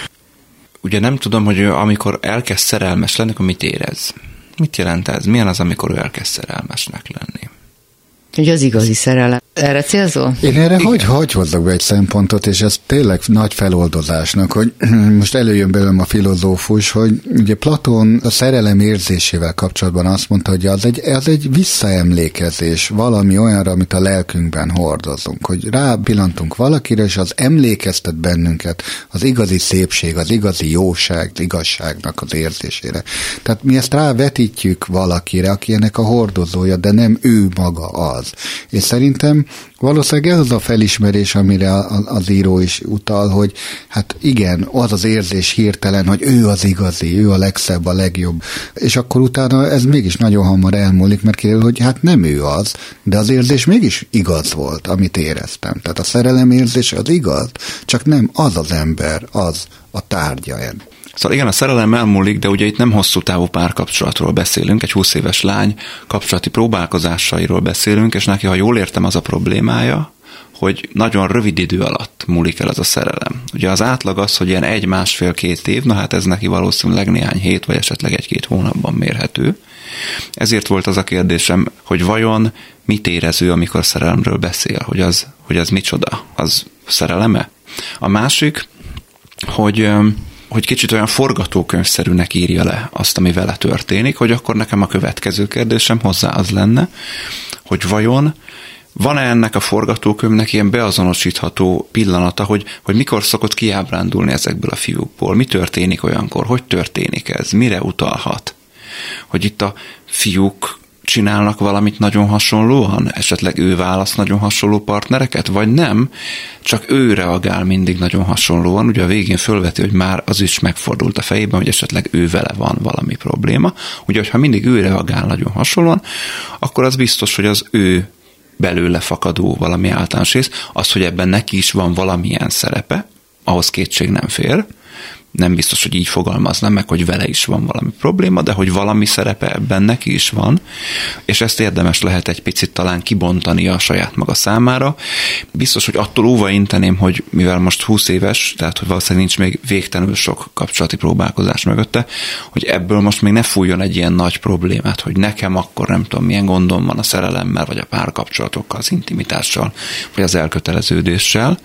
Ugye nem tudom, hogy amikor elkezd szerelmes lenni, akkor mit érez? Mit jelent ez? Milyen az, amikor ő elkezd szerelmesnek lenni?
Ugye az igazi szerelem. Erre célzol?
Én erre hogy, hogy hozzak be egy szempontot, és ez tényleg nagy feloldozásnak, hogy most előjön belőlem a filozófus, hogy ugye Platón a szerelem érzésével kapcsolatban azt mondta, hogy az egy, az egy visszaemlékezés valami olyanra, amit a lelkünkben hordozunk, hogy rápillantunk valakire, és az emlékeztet bennünket az igazi szépség, az igazi jóság, az igazságnak az érzésére. Tehát mi ezt rávetítjük valakire, aki ennek a hordozója, de nem ő maga az. És szerintem valószínűleg ez az a felismerés, amire az író is utal, hogy hát igen, az az érzés hirtelen, hogy ő az igazi, ő a legszebb, a legjobb. És akkor utána ez mégis nagyon hamar elmúlik, mert kiderül, hogy hát nem ő az, de az érzés mégis igaz volt, amit éreztem. Tehát a szerelem érzés az igaz, csak nem az az ember, az a tárgya ennek.
Szóval igen, a szerelem elmúlik, de ugye itt nem hosszú távú párkapcsolatról beszélünk, egy húsz éves lány kapcsolati próbálkozásairól beszélünk, és neki, ha jól értem, az a problémája, hogy nagyon rövid idő alatt múlik el az a szerelem. Ugye az átlag az, hogy ilyen egy, másfél, két év, na hát ez neki valószínűleg néhány hét, vagy esetleg egy-két hónapban mérhető. Ezért volt az a kérdésem, hogy vajon mit érez ő, amikor szerelemről beszél, hogy az, hogy az micsoda, az szereleme? A másik, hogy... hogy kicsit olyan forgatókönyvszerűnek írja le azt, ami vele történik, hogy akkor nekem a következő kérdésem hozzá az lenne, hogy vajon van-e ennek a forgatókönyvnek ilyen beazonosítható pillanata, hogy, hogy mikor szokott kiábrándulni ezekből a fiúkból, mi történik olyankor, hogy történik ez, mire utalhat, hogy itt a fiúk csinálnak valamit nagyon hasonlóan, esetleg ő választ nagyon hasonló partnereket, vagy nem, csak ő reagál mindig nagyon hasonlóan, ugye a végén fölveti, hogy már az is megfordult a fejében, hogy esetleg ő vele van valami probléma, ugye, hogyha mindig ő reagál nagyon hasonlóan, akkor az biztos, hogy az ő belőle fakadó valami általános rész, az, hogy ebben neki is van valamilyen szerepe, ahhoz kétség nem fér, nem biztos, hogy így fogalmaznám meg, hogy vele is van valami probléma, de hogy valami szerepe ebben neki is van, és ezt érdemes lehet egy picit talán kibontani a saját maga számára. Biztos, hogy attól óva inteném, hogy mivel most húsz éves, tehát hogy valószínűleg nincs még végtelenül sok kapcsolati próbálkozás mögötte, hogy ebből most még ne fújjon egy ilyen nagy problémát, hogy nekem akkor nem tudom, milyen gondom van a szerelemmel, vagy a párkapcsolatokkal, az intimitással, vagy az elköteleződéssel.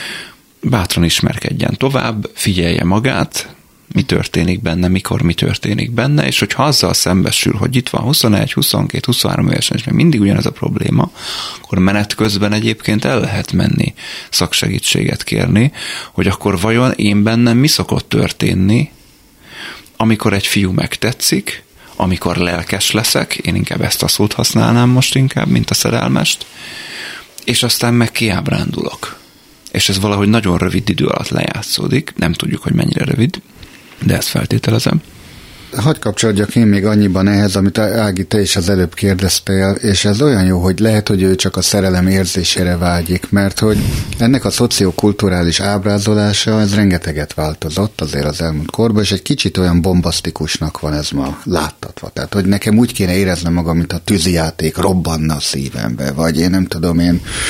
Bátran ismerkedjen tovább, figyelje magát, mi történik benne, mikor mi történik benne, és hogyha azzal szembesül, hogy itt van huszonegy, huszonkét, huszonhárom évesen, és még mindig ugyanez a probléma, akkor menet közben egyébként el lehet menni szaksegítséget kérni, hogy akkor vajon én bennem mi szokott történni, amikor egy fiú megtetszik, amikor lelkes leszek, én inkább ezt a szót használnám most inkább, mint a szerelmest, és aztán meg kiábrándulok. És ez valahogy nagyon rövid idő alatt lejátszódik, nem tudjuk, hogy mennyire rövid, de ezt feltételezem.
Hadd kapcsolódjak én még annyiban ehhez, amit Ági, te is az előbb kérdeztél, és ez olyan jó, hogy lehet, hogy ő csak a szerelem érzésére vágyik, mert hogy ennek a szociokulturális ábrázolása, ez rengeteget változott azért az elmúlt korban, és egy kicsit olyan bombasztikusnak van ez ma láttatva. Tehát, hogy nekem úgy kéne éreznem magam, mint a tűzijáték robbanna a szívembe, vagy én nem tudom, én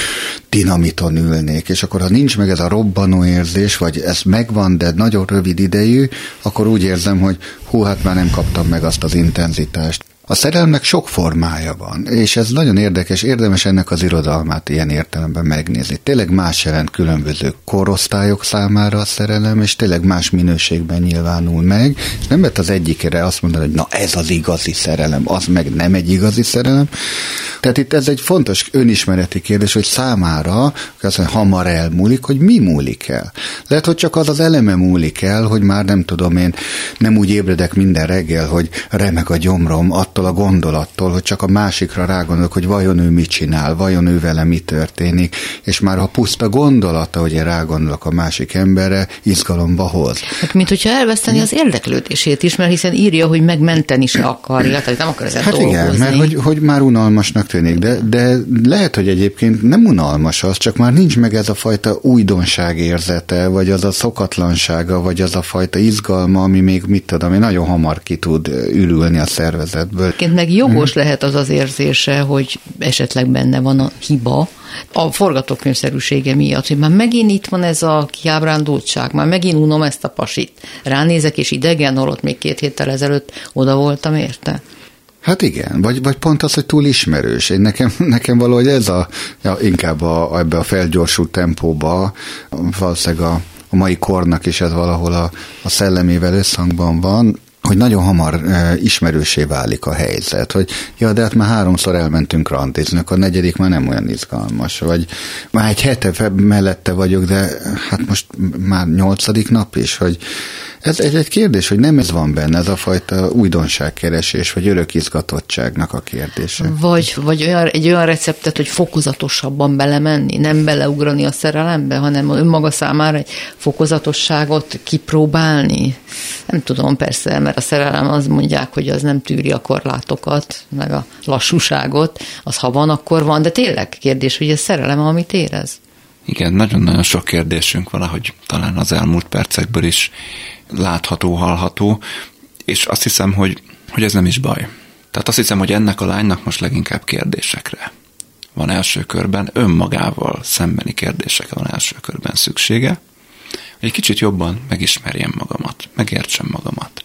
dinamiton ülnék, és akkor ha nincs meg ez a robbanó érzés, vagy ez megvan, de nagyon rövid idejű, akkor úgy érzem, hogy hú, hát már nem kaptam meg azt az intenzitást. A szerelemnek sok formája van, és ez nagyon érdekes, érdemes ennek az irodalmát ilyen értelemben megnézni. Tényleg más jelent különböző korosztályok számára a szerelem, és tényleg más minőségben nyilvánul meg, és nem lehet az egyikre azt mondani, hogy na ez az igazi szerelem, az meg nem egy igazi szerelem. Tehát itt ez egy fontos önismereti kérdés, hogy számára, azt mondja, hamar elmúlik, hogy mi múlik el. Lehet, hogy csak az az eleme múlik el, hogy már nem tudom én, nem úgy ébredek minden reggel, hogy remeg a gyomrom attól a gondolattól, hogy csak a másikra rágondolok, hogy vajon ő mit csinál, vajon ő vele mi történik, és már ha puszta gondolata, hogy én rágondolok a másik emberre, izgalomba hoz.
Hát, mint hogyha elveszteni az érdeklődését is, mert hiszen írja, hogy megmenteni se akarja, tehát nem akar ezen
hát
dolgozni.
Igen, mert hogy, hogy már unalmasnak tűnik, de, de lehet, hogy egyébként nem unalmas az, csak már nincs meg ez a fajta újdonság érzete, vagy az a szokatlansága, vagy az a fajta izgalma, ami még, mit tudom, én nagyon hamar ki tud ürülni a szervezetből.
Egyébként meg jogos hmm. lehet az az érzése, hogy esetleg benne van a hiba, a forgatókönyvszerűsége miatt, hogy már megint itt van ez a kiábrándultság, már megint unom ezt a pasit. Ránézek, és idegen, holott még két héttel ezelőtt oda voltam érte.
Hát igen, vagy, vagy pont az, hogy túl ismerős. Én nekem, nekem valahogy ez a, ja, inkább a, ebbe a felgyorsult tempóba, valószínűleg a, a mai kornak is ez valahol a, a szellemével összhangban van, hogy nagyon hamar e, ismerősé válik a helyzet, hogy ja, de hát már háromszor elmentünk randizni, akkor a negyedik már nem olyan izgalmas, vagy már egy hete mellette vagyok, de hát most már nyolcadik nap is, hogy ez egy, egy kérdés, hogy nem ez van benne, ez a fajta újdonságkeresés, vagy örök izgatottságnak a kérdése.
Vagy, vagy olyan, egy olyan receptet, hogy fokozatosabban belemenni, nem beleugrani a szerelembe, hanem önmaga számára egy fokozatosságot kipróbálni. Nem tudom, persze, mert a szerelem az mondják, hogy az nem tűri a korlátokat, meg a lassúságot, az ha van, akkor van, de tényleg kérdés, hogy a szerelem, amit érez.
Igen, nagyon-nagyon sok kérdésünk van, ahogy talán az elmúlt percekből is látható, hallható, és azt hiszem, hogy, hogy ez nem is baj. Tehát azt hiszem, hogy ennek a lánynak most leginkább kérdésekre van első körben, önmagával szembeni kérdésekre van első körben szüksége, hogy egy kicsit jobban megismerjem magamat, megértsem magamat.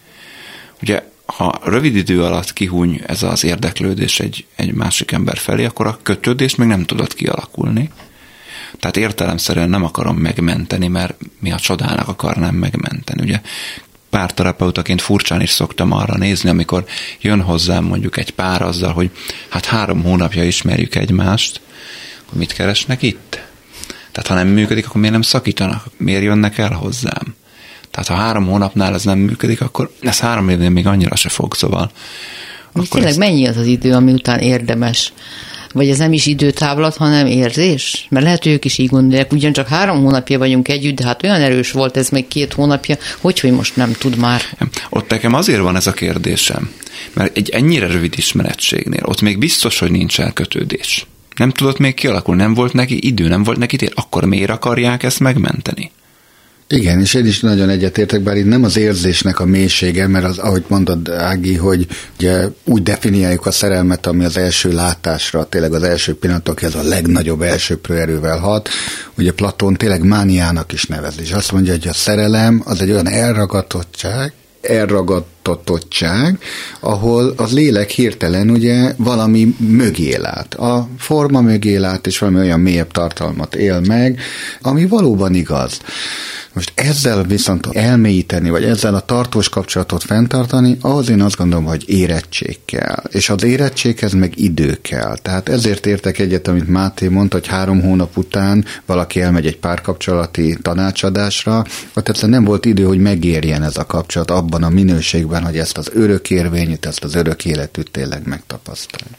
Ugye, ha rövid idő alatt kihúny ez az érdeklődés egy, egy másik ember felé, akkor a kötődés még nem tudott kialakulni. Tehát értelemszerűen nem akarom megmenteni, mert mi a csodának akarnám megmenteni. Ugye párterapeutaként furcsán is szoktam arra nézni, amikor jön hozzám mondjuk egy pár azzal, hogy hát három hónapja ismerjük egymást, akkor mit keresnek itt? Tehát ha nem működik, akkor miért nem szakítanak? Miért jönnek el hozzám? Tehát ha három hónapnál ez nem működik, akkor ez három évnél még annyira se fog, szóval.
Tényleg ezt... mennyi az az idő, ami után érdemes? Vagy ez nem is időtávlat, hanem érzés? Mert lehet, hogy ők is így gondolják, ugyancsak három hónapja vagyunk együtt, de hát olyan erős volt ez még két hónapja, hogy, hogy most nem tud már.
Ott nekem azért van ez a kérdésem, mert egy ennyire rövid ismerettségnél ott még biztos, hogy nincs elkötődés. Nem tudott még kialakulni, nem volt neki idő, nem volt neki tér, akkor miért akarják ezt megmenteni?
Igen, és én is nagyon egyetértek, bár itt nem az érzésnek a mélysége, mert az, ahogy mondod, Ági, hogy ugye úgy definiáljuk a szerelmet, ami az első látásra, tényleg az első pillanatok, ez a legnagyobb elsöprő erővel hat. Ugye Platón tényleg mániának is nevez, és azt mondja, hogy a szerelem az egy olyan elragadtottság, elragadtatottság, ahol az lélek hirtelen ugye valami mögé lát. A forma mögé lát, és valami olyan mélyebb tartalmat él meg, ami valóban igaz. Most ezzel viszont elmélyíteni, vagy ezzel a tartós kapcsolatot fenntartani, ahhoz én azt gondolom, hogy érettség kell. És az érettséghez meg idő kell. Tehát ezért értek egyet, amit Máté mondta, hogy három hónap után valaki elmegy egy párkapcsolati tanácsadásra, ott egyszerűen nem volt idő, hogy megérjen ez a kapcsolat abban a minőségben, hogy ezt az örök érvényűt, ezt az örök életűt tényleg megtapasztalja.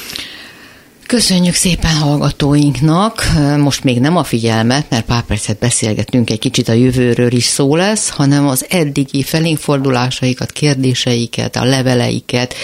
Köszönjük szépen hallgatóinknak, most még nem a figyelmet, mert pár percet beszélgetünk, egy kicsit a jövőről is szó lesz, hanem az eddigi felénfordulásaikat, kérdéseiket, a leveleiket,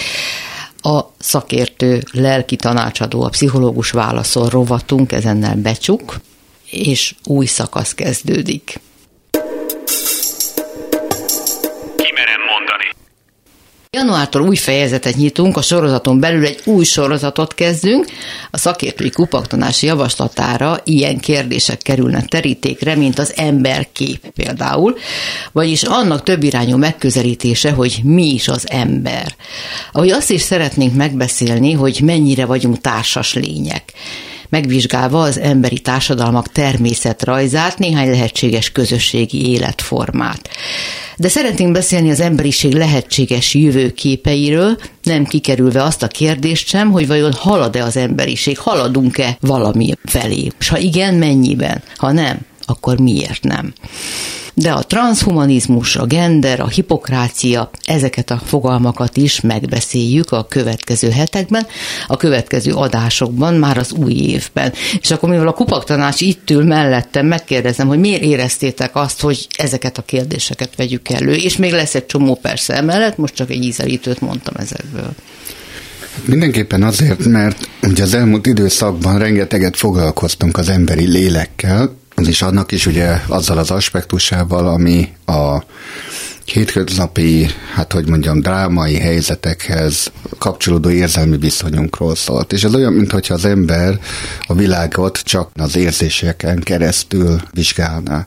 a szakértő lelki tanácsadó, a pszichológus válaszol rovatunk, ezennel becsuk, és új szakasz kezdődik. Januártól új fejezetet nyitunk, a sorozaton belül egy új sorozatot kezdünk. A szakértői kupaktanási javaslatára ilyen kérdések kerülnek terítékre, mint az emberkép például, vagyis annak többirányú megközelítése, hogy mi is az ember. Ahogy azt is szeretnénk megbeszélni, hogy mennyire vagyunk társas lények, megvizsgálva az emberi társadalmak természetrajzát, néhány lehetséges közösségi életformát. De szeretnénk beszélni az emberiség lehetséges jövőképeiről, nem kikerülve azt a kérdést sem, hogy vajon halad-e az emberiség, haladunk-e valami felé, és ha igen, mennyiben, ha nem, akkor miért nem. De a transzhumanizmus, a gender, a hipokrácia, ezeket a fogalmakat is megbeszéljük a következő hetekben, a következő adásokban, már az új évben. És akkor mivel a kupaktanács itt ül mellettem, megkérdezem, hogy miért éreztétek azt, hogy ezeket a kérdéseket vegyük elő, és még lesz egy csomó persze emellett, most csak egy ízelítőt mondtam ezekből.
Mindenképpen azért, mert ugye az elmúlt időszakban rengeteget foglalkoztunk az emberi lélekkel, és annak is ugye azzal az aspektusával, ami a hétköznapi, hát hogy mondjam, drámai helyzetekhez kapcsolódó érzelmi viszonyunkról szólt. És ez olyan, mintha az ember a világot csak az érzéseken keresztül vizsgálná.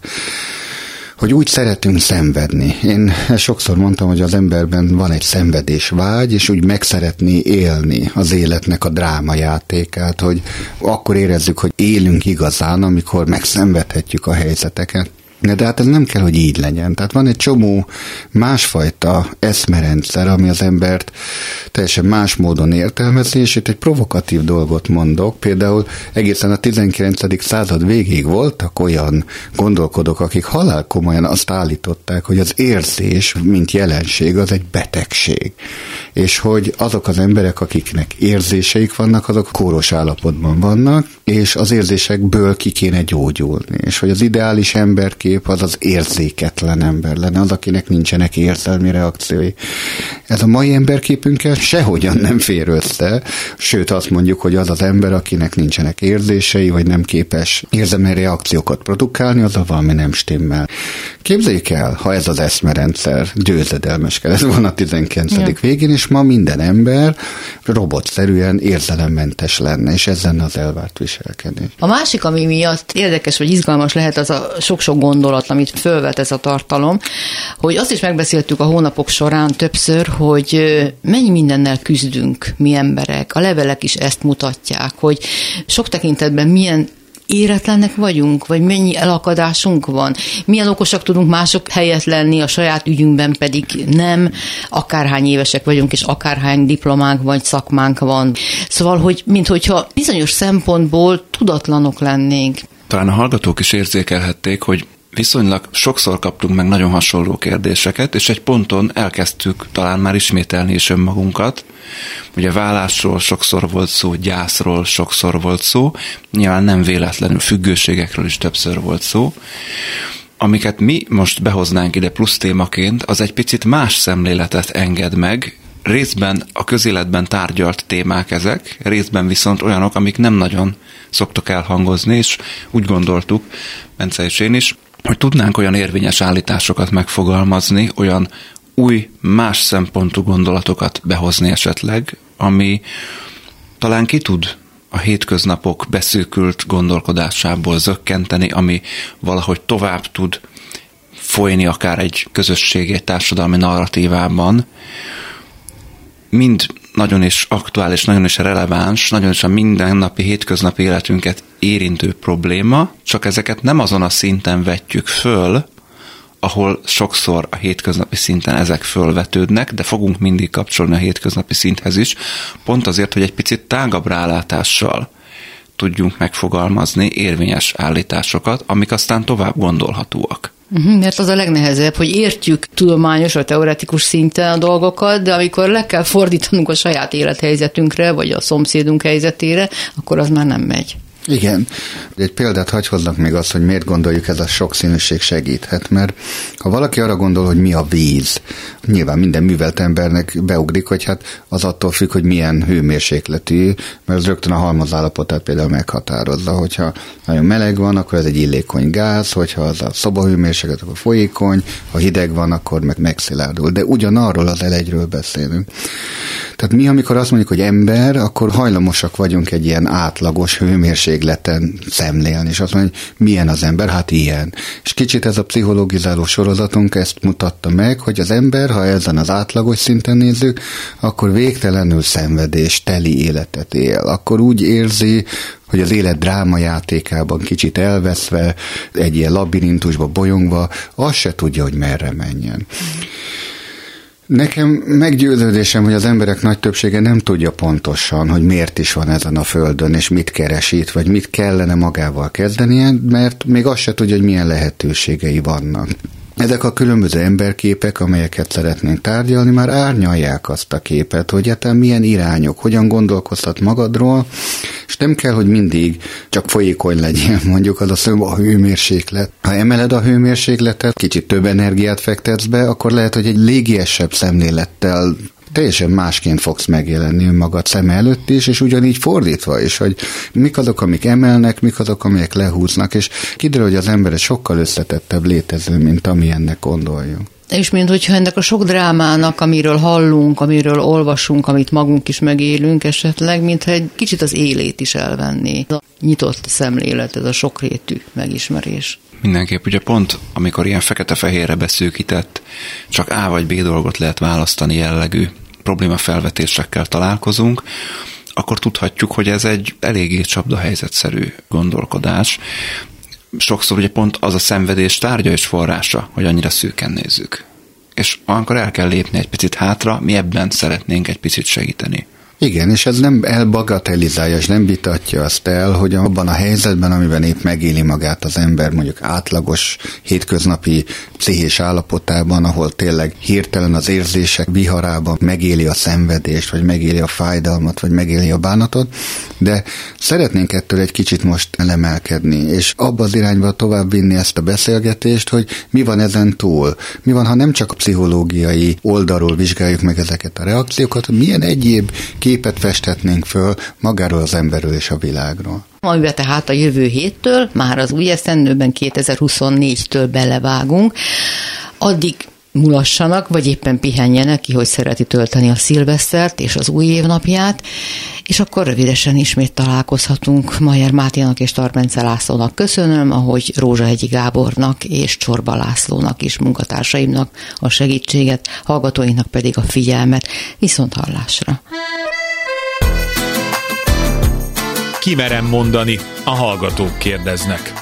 Hogy úgy szeretünk szenvedni. Én sokszor mondtam, hogy az emberben van egy szenvedésvágy, és úgy meg szeretné élni az életnek a drámajátékát, hogy akkor érezzük, hogy élünk igazán, amikor megszenvedhetjük a helyzeteket. De hát ez nem kell, hogy így legyen. Tehát van egy csomó másfajta eszmerendszer, ami az embert teljesen más módon értelmezi, és itt egy provokatív dolgot mondok. Például egészen a tizenkilencedik század végéig voltak olyan gondolkodók, akik halálkomolyan azt állították, hogy az érzés, mint jelenség, az egy betegség. És hogy azok az emberek, akiknek érzéseik vannak, azok kóros állapotban vannak, és az érzésekből ki kéne gyógyulni. És hogy az ideális emberkép az az érzéketlen ember lenne, az, akinek nincsenek érzelmi reakciói. Ez a mai emberképünkkel sehogyan nem fér össze, sőt azt mondjuk, hogy az az ember, akinek nincsenek érzései, vagy nem képes érzelmi reakciókat produkálni, az a valami nem stimmel. Képzeljük el, ha ez az eszmerendszer győzedelmeskedett volna a tizenkilencedik Ja. végén, és ma minden ember robotszerűen érzelemmentes lenne, és ez lenne az elvárt viselkedés.
A másik, ami miatt érdekes vagy izgalmas lehet, az a sok-sok gondolat, amit fölvet ez a tartalom, hogy azt is megbeszéltük a hónapok során többször, hogy mennyi mindennel küzdünk mi emberek. A levelek is ezt mutatják, hogy sok tekintetben milyen éretlenek vagyunk, vagy mennyi elakadásunk van, milyen okosak tudunk mások helyett lenni, a saját ügyünkben pedig nem, akárhány évesek vagyunk, és akárhány diplománk vagy szakmánk van. Szóval, hogy minthogyha bizonyos szempontból tudatlanok lennénk.
Talán a hallgatók is érzékelhették, hogy viszonylag sokszor kaptunk meg nagyon hasonló kérdéseket, és egy ponton elkezdtük talán már ismételni is önmagunkat. Ugye vállásról sokszor volt szó, gyászról sokszor volt szó, nyilván nem véletlenül függőségekről is többször volt szó. Amiket mi most behoznánk ide plusz témaként, az egy picit más szemléletet enged meg, részben a közéletben tárgyalt témák ezek, részben viszont olyanok, amik nem nagyon szoktak elhangozni, és úgy gondoltuk, Bence és én is, hogy tudnánk olyan érvényes állításokat megfogalmazni, olyan új, más szempontú gondolatokat behozni esetleg, ami talán ki tud a hétköznapok beszűkült gondolkodásából zökkenteni, ami valahogy tovább tud folyni akár egy közösségi, egy társadalmi narratívában, mind nagyon is aktuális, nagyon is releváns, nagyon is a mindennapi, hétköznapi életünket érintő probléma, csak ezeket nem azon a szinten vetjük föl, ahol sokszor a hétköznapi szinten ezek fölvetődnek, de fogunk mindig kapcsolni a hétköznapi szinthez is, pont azért, hogy egy picit tágabb rálátással tudjunk megfogalmazni érvényes állításokat, amik aztán tovább gondolhatóak.
Mert az a legnehezebb, hogy értjük tudományos vagy teoretikus szinten a dolgokat, de amikor le kell fordítanunk a saját élethelyzetünkre, vagy a szomszédunk helyzetére, akkor az már nem megy.
Igen. Egy példát hagy hoznak még azt, hogy miért gondoljuk ez a sokszínűség segíthet, mert ha valaki arra gondol, hogy mi a víz, nyilván minden művelt embernek beugrik, hogy hát az attól függ, hogy milyen hőmérsékletű, mert az rögtön a halmazállapotát például meghatározza, hogyha nagyon meleg van, akkor ez egy illékony gáz, hogyha az a szobahőmérséklet, akkor folyékony, ha hideg van, akkor meg megszilárdul. De ugyanarról az elegyről beszélünk. Tehát mi, amikor azt mondjuk, hogy ember, akkor hajlamosak vagyunk egy ilyen átlagos hőmérsékleten szemlélni, és azt mondjuk, hogy milyen az ember? Hát ilyen. És kicsit ez a pszichológizáló sorozatunk ezt mutatta meg, hogy az ember, ha ezen az átlagos szinten nézzük, akkor végtelenül szenvedés, teli életet él. Akkor úgy érzi, hogy az élet drámajátékában kicsit elveszve, egy ilyen labirintusba bolyongva, azt se tudja, hogy merre menjen. Nekem meggyőződésem, hogy az emberek nagy többsége nem tudja pontosan, hogy miért is van ezen a földön, és mit keres itt, vagy mit kellene magával kezdenie, mert még azt se tudja, hogy milyen lehetőségei vannak. Ezek a különböző emberképek, amelyeket szeretnénk tárgyalni, már árnyalják azt a képet, hogy hát milyen irányok, hogyan gondolkoztat magadról, és nem kell, hogy mindig csak folyékony legyen, mondjuk az a szó a hőmérséklet. Ha emeled a hőmérsékletet, kicsit több energiát fektetsz be, akkor lehet, hogy egy légiesebb szemlélettel teljesen másként fogsz megjelenni önmagad szeme előtt is, és ugyanígy fordítva is, hogy mik azok, amik emelnek, mik azok, amik lehúznak, és kiderül, hogy az ember egy sokkal összetettebb létező, mint amilyennek gondoljuk.
És mint hogyha ennek a sok drámának, amiről hallunk, amiről olvasunk, amit magunk is megélünk esetleg, mintha egy kicsit az élét is elvenné. A nyitott szemlélet, ez a sokrétű megismerés.
Mindenképp, ugye pont, amikor ilyen fekete-fehérre beszűkített, csak A vagy B dolgot lehet választani jellegű problémafelvetésekkel találkozunk, akkor tudhatjuk, hogy ez egy eléggé csapdahelyzetszerű gondolkodás. Sokszor ugye pont az a szenvedés tárgya és forrása, hogy annyira szűken nézzük. És akkor el kell lépni egy picit hátra, mi ebben szeretnénk egy picit segíteni.
Igen, és ez nem elbagatelizálja, és nem vitatja azt el, hogy abban a helyzetben, amiben épp megéli magát az ember, mondjuk átlagos, hétköznapi pszichés állapotában, ahol tényleg hirtelen az érzések viharában megéli a szenvedést, vagy megéli a fájdalmat, vagy megéli a bánatot, de szeretnénk ettől egy kicsit most elemelkedni, és abba az irányba tovább vinni ezt a beszélgetést, hogy mi van ezen túl. Mi van, ha nem csak a pszichológiai oldalról vizsgáljuk meg ezeket a reakciókat, milyen egyéb képet festhetnénk föl magáról az emberről és a világról.
Amiben tehát a jövő héttől, már az új esztendőben kétezer-huszonnégytől belevágunk, addig mulassanak, vagy éppen pihenjenek ki, hogy szereti tölteni a szilvesztert és az új évnapját, és akkor rövidesen ismét találkozhatunk. Mayer Máténak és Tarbence Lászlónak köszönöm, ahogy Rózsahegyi Gábornak és Csorba Lászlónak is, munkatársaimnak a segítséget, hallgatóinknak pedig a figyelmet. Viszont hallásra!
Ki merem mondani, a hallgatók kérdeznek.